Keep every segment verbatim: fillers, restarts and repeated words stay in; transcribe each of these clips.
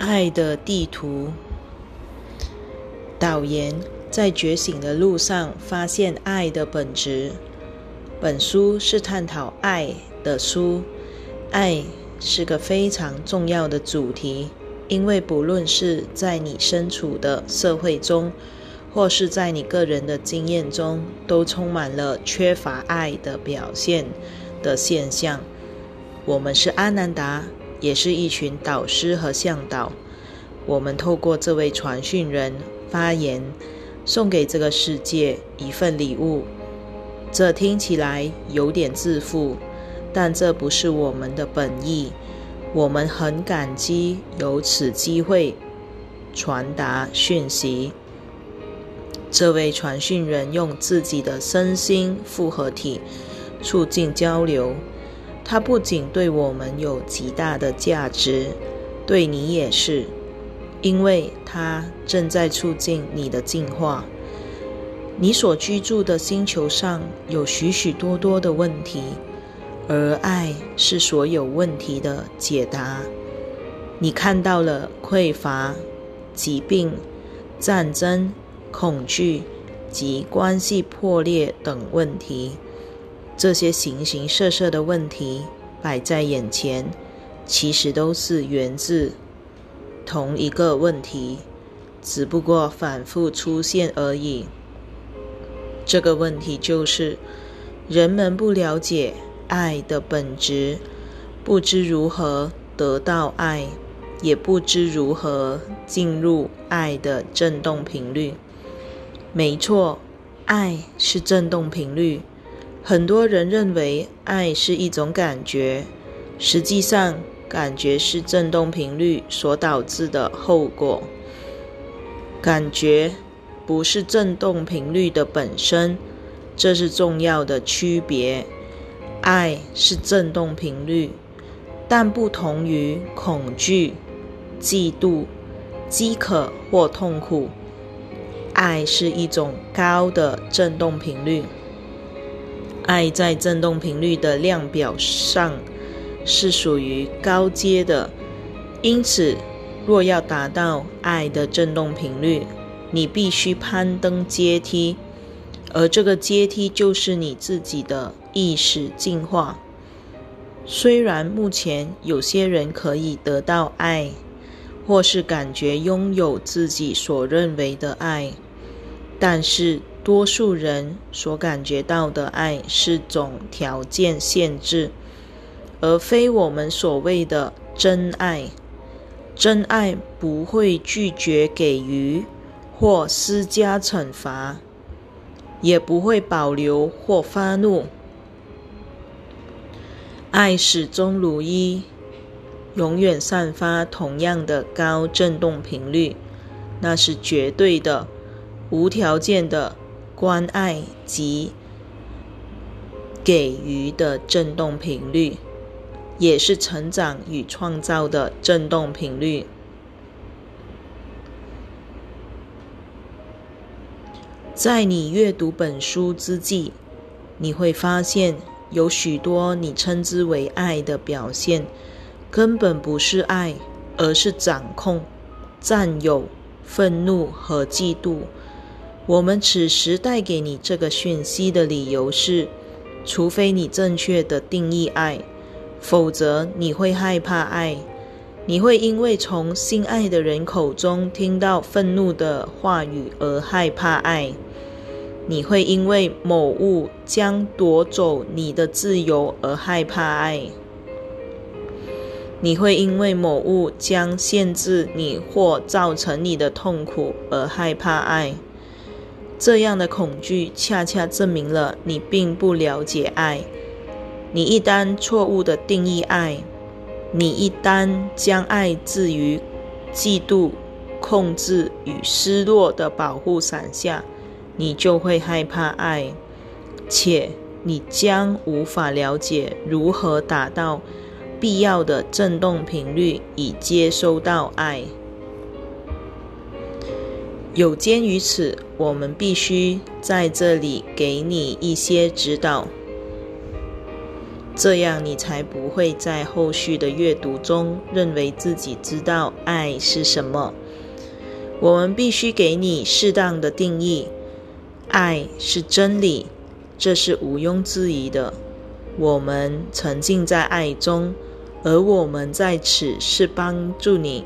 爱的地图。导言：在觉醒的路上发现爱的本质。本书是探讨爱的书。爱是个非常重要的主题，因为不论是在你身处的社会中，或是在你个人的经验中，都充满了缺乏爱的表现的现象。我们是阿南达，也是一群导师和向导。我们透过这位传讯人发言，送给这个世界一份礼物。这听起来有点自负，但这不是我们的本意。我们很感激有此机会传达讯息。这位传讯人用自己的身心复合体促进交流，他不仅对我们有极大的价值，对你也是，因为他正在促进你的进化。你所居住的星球上有许许多多的问题，而爱是所有问题的解答。你看到了匮乏、疾病、战争、恐惧及关系破裂等问题。这些形形色色的问题摆在眼前，其实都是源自同一个问题，只不过反复出现而已。这个问题就是人们不了解爱的本质，不知如何得到爱，也不知如何进入爱的振动频率。没错，爱是振动频率。很多人认为爱是一种感觉，实际上感觉是振动频率所导致的后果。感觉不是振动频率的本身，这是重要的区别。爱是振动频率，但不同于恐惧、嫉妒、饥渴或痛苦。爱是一种高的振动频率。爱在振动频率的量表上是属于高阶的，因此若要达到爱的振动频率，你必须攀登阶梯，而这个阶梯就是你自己的意识进化。虽然目前有些人可以得到爱，或是感觉拥有自己所认为的爱，但是多数人所感觉到的爱是种条件限制，而非我们所谓的真爱。真爱不会拒绝给予或施加惩罚，也不会保留或发怒。爱始终如一，永远散发同样的高振动频率，那是绝对的、无条件的关爱及给予的振动频率，也是成长与创造的振动频率。在你阅读本书之际，你会发现有许多你称之为爱的表现，根本不是爱，而是掌控、占有、愤怒和嫉妒。我们此时带给你这个讯息的理由是，除非你正确的定义爱，否则你会害怕爱。你会因为从心爱的人口中听到愤怒的话语而害怕爱。你会因为某物将夺走你的自由而害怕爱。你会因为某物将限制你或造成你的痛苦而害怕爱。这样的恐惧恰恰证明了你并不了解爱。你一旦错误地定义爱，你一旦将爱置于嫉妒、控制与失落的保护伞下，你就会害怕爱，且你将无法了解如何达到必要的振动频率以接收到爱。有鉴于此，我们必须在这里给你一些指导。 这样你才不会在后续的阅读中认为自己知道爱是什么。我们必须给你适当的定义，爱是真理，这是毋庸置疑的。我们沉浸在爱中，而我们在此是帮助你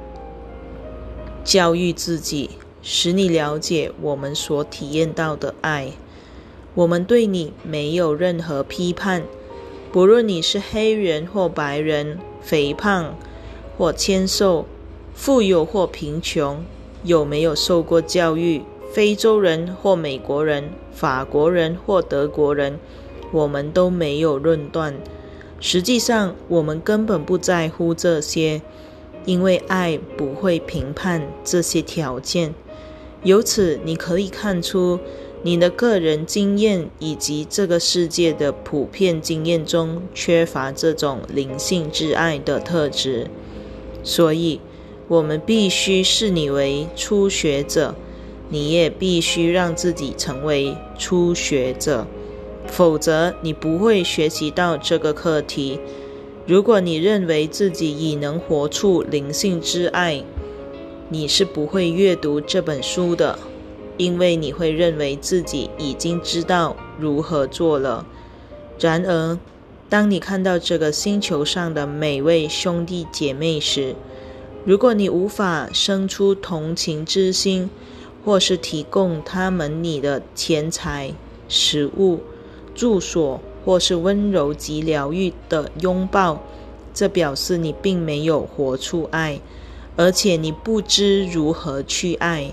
教育自己，使你了解我们所体验到的爱。我们对你没有任何批判，不论你是黑人或白人，肥胖或纤瘦，富有或贫穷，有没有受过教育，非洲人或美国人，法国人或德国人，我们都没有论断。实际上，我们根本不在乎这些，因为爱不会评判这些条件。由此，你可以看出，你的个人经验以及这个世界的普遍经验中缺乏这种灵性之爱的特质。所以，我们必须视你为初学者，你也必须让自己成为初学者，否则你不会学习到这个课题。如果你认为自己已能活出灵性之爱，你是不会阅读这本书的，因为你会认为自己已经知道如何做了。然而，当你看到这个星球上的每位兄弟姐妹时，如果你无法生出同情之心，或是提供他们你的钱财、食物、住所，或是温柔及疗愈的拥抱，这表示你并没有活出爱，而且你不知如何去爱。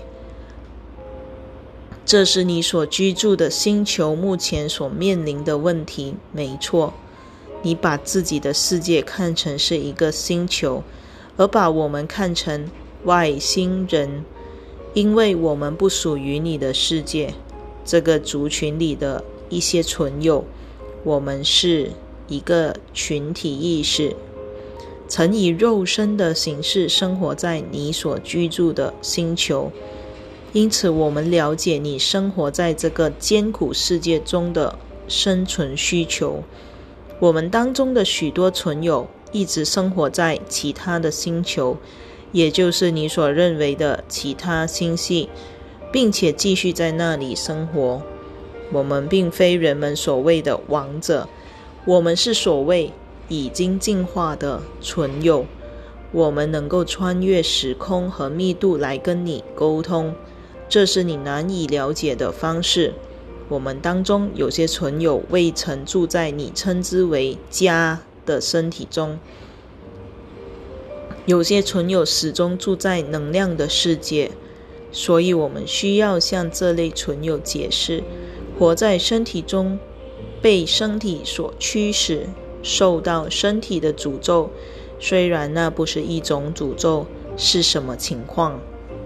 这是你所居住的星球目前所面临的问题，没错。你把自己的世界看成是一个星球，而把我们看成外星人，因为我们不属于你的世界，这个族群里的一些存有。我们是一个群体意识，曾以肉身的形式生活在你所居住的星球，因此我们了解你生活在这个艰苦世界中的生存需求。我们当中的许多存有一直生活在其他的星球，也就是你所认为的其他星系，并且继续在那里生活。我们并非人们所谓的王者，我们是所谓已经进化的存有。我们能够穿越时空和密度来跟你沟通，这是你难以了解的方式。我们当中有些存有未曾住在你称之为家的身体中，有些存有始终住在能量的世界，所以我们需要向这类存有解释，活在身体中，被身体所驱使，受到身体的诅咒，虽然那不是一种诅咒，是什么情况？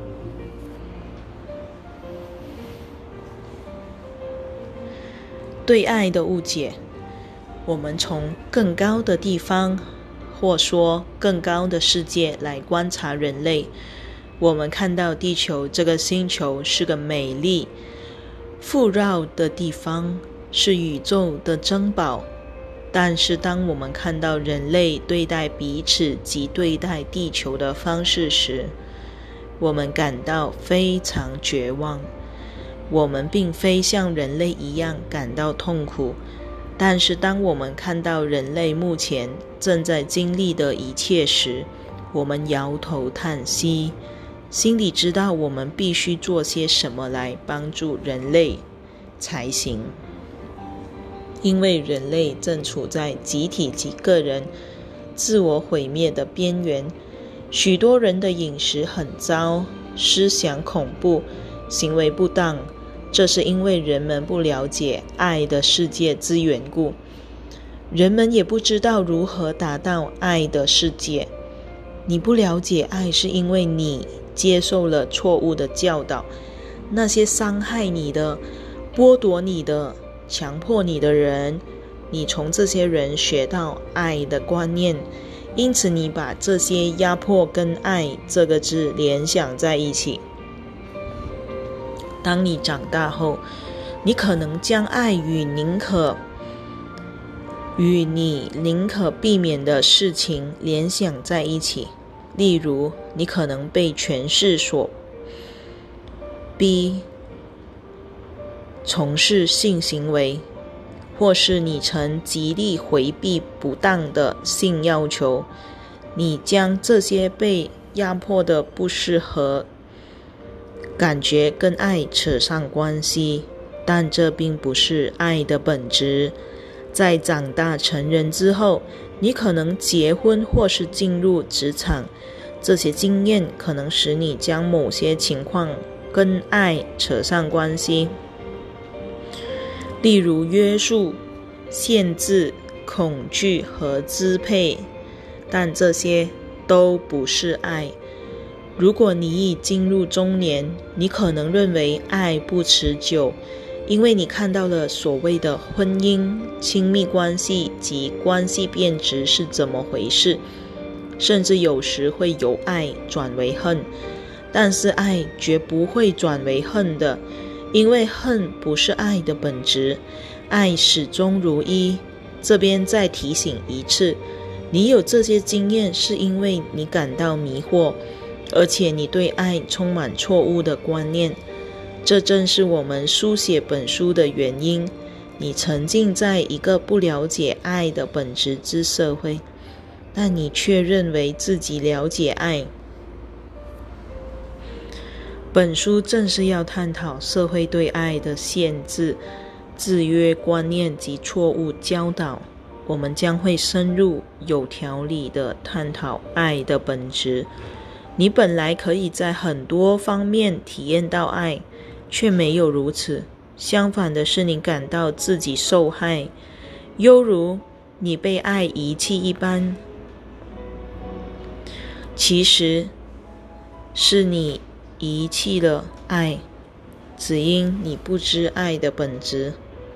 对爱的误解。我们从更高的地方，或说更高的世界来观察人类，我们看到地球这个星球是个美丽富饶的地方，是宇宙的珍宝。但是当我们看到人类对待彼此及对待地球的方式时，我们感到非常绝望。我们并非像人类一样感到痛苦，但是当我们看到人类目前正在经历的一切时，我们摇头叹息，心里知道我们必须做些什么来帮助人类才行。因为人类正处在集体及个人自我毁灭的边缘，许多人的饮食很糟，思想恐怖，行为不当，这是因为人们不了解爱的世界之缘故。人们也不知道如何达到爱的世界。你不了解爱，是因为你接受了错误的教导，那些伤害你的、剥夺你的、强迫你的人，你从这些人学到爱的观念，因此你把这些压迫跟爱这个字联想在一起。当你长大后，你可能将爱与宁可与你宁可避免的事情联想在一起。例如，你可能被权势所逼从事性行为，或是你曾极力回避不当的性要求，你将这些被压迫的不适合感觉跟爱扯上关系，但这并不是爱的本质。在长大成人之后，你可能结婚或是进入职场，这些经验可能使你将某些情况跟爱扯上关系，例如约束、限制、恐惧和支配，但这些都不是爱。如果你已进入中年，你可能认为爱不持久，因为你看到了所谓的婚姻、亲密关系及关系变质是怎么回事，甚至有时会由爱转为恨。但是爱绝不会转为恨的，因为恨不是爱的本质，爱始终如一。这边再提醒一次，你有这些经验是因为你感到迷惑，而且你对爱充满错误的观念。这正是我们书写本书的原因。你沉浸在一个不了解爱的本质之社会，但你却认为自己了解爱。本书正是要探讨社会对爱的限制、制约观念及错误教导。我们将会深入有条理地探讨爱的本质。你本来可以在很多方面体验到爱，却没有如此。相反的是，你感到自己受害，犹如你被爱遗弃一般。其实是你遗弃了爱，只因你不知爱的本质。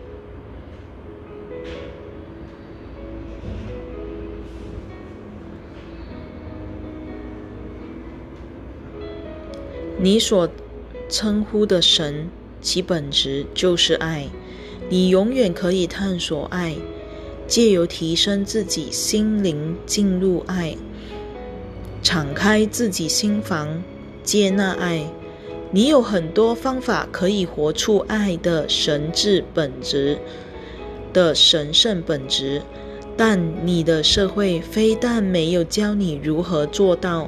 你所称呼的神，其本质就是爱。你永远可以探索爱，借由提升自己心灵进入爱，敞开自己心房，接纳爱。你有很多方法可以活出爱的神智本质的神圣本质，但你的社会非但没有教你如何做到，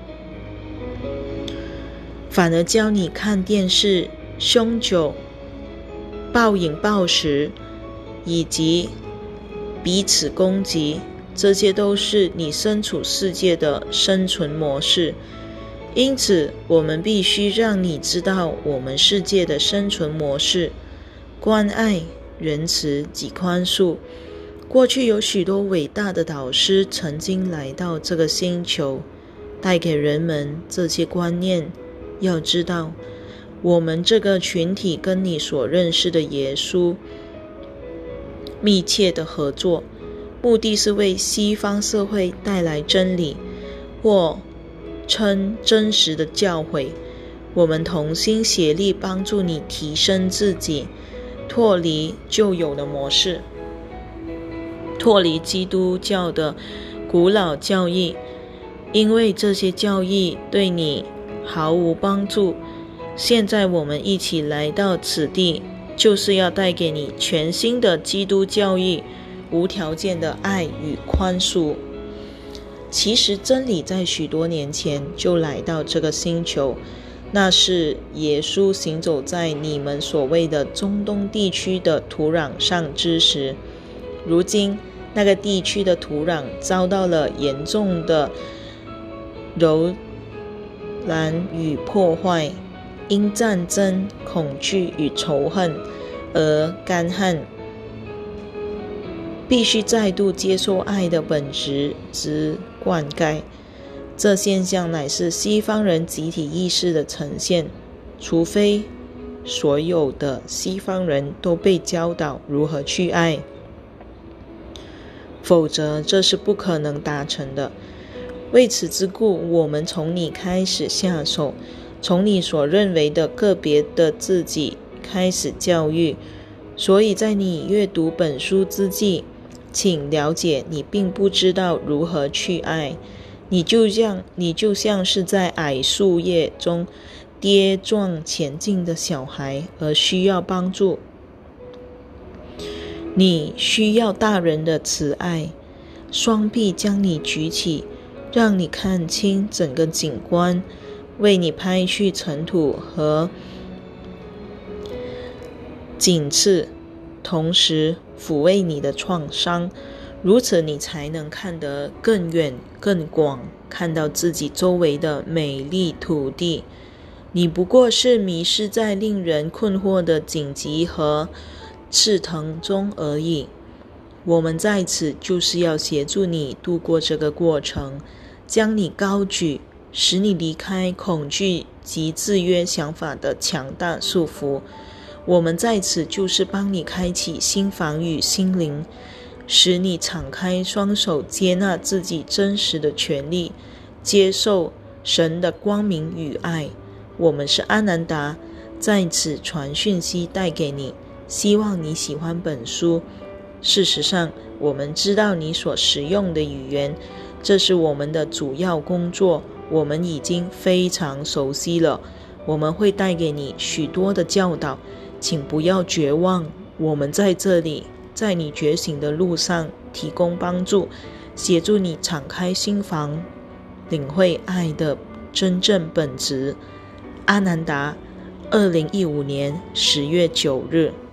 反而教你看电视、酗酒、暴饮暴食以及彼此攻击，这些都是你身处世界的生存模式。因此，我们必须让你知道我们世界的生存模式：关爱、仁慈及宽恕。过去有许多伟大的导师曾经来到这个星球，带给人们这些观念。要知道，我们这个群体跟你所认识的耶稣密切的合作，目的是为西方社会带来真理，或称真实的教诲。我们同心协力，帮助你提升自己，脱离旧有的模式，脱离基督教的古老教义，因为这些教义对你毫无帮助。现在我们一起来到此地，就是要带给你全新的基督教义，无条件的爱与宽恕。其实真理在许多年前就来到这个星球，那是耶稣行走在你们所谓的中东地区的土壤上之时。如今那个地区的土壤遭到了严重的蹂躏与破坏，因战争、恐惧与仇恨而干旱，必须再度接受爱的本质之灌溉。这现象乃是西方人集体意识的呈现，除非所有的西方人都被教导如何去爱，否则这是不可能达成的。为此之故，我们从你开始下手，从你所认为的个别的自己开始教育。所以在你阅读本书之际， 请了解，你并不知道如何去爱，你就像你就像是在矮树叶中跌撞前进的小孩，而需要帮助。你需要大人的慈爱，双臂将你举起，让你看清整个景观，为你拍去尘土和紧刺，同时抚慰你的创伤，如此你才能看得更远更广，看到自己周围的美丽土地。你不过是迷失在令人困惑的荆棘和刺藤中而已。我们在此就是要协助你度过这个过程，将你高举，使你离开恐惧及制约想法的强大束缚。我们在此就是帮你开启心房与心灵，使你敞开双手，接纳自己真实的权利，接受神的光明与爱。我们是阿南达，在此传讯息带给你，希望你喜欢本书。事实上，我们知道你所使用的语言，这是我们的主要工作，我们已经非常熟悉了。我们会带给你许多的教导，请不要绝望，我们在这里，在你觉醒的路上提供帮助，协助你敞开心房，领会爱的真正本质。阿南达，二零一五年十月九日。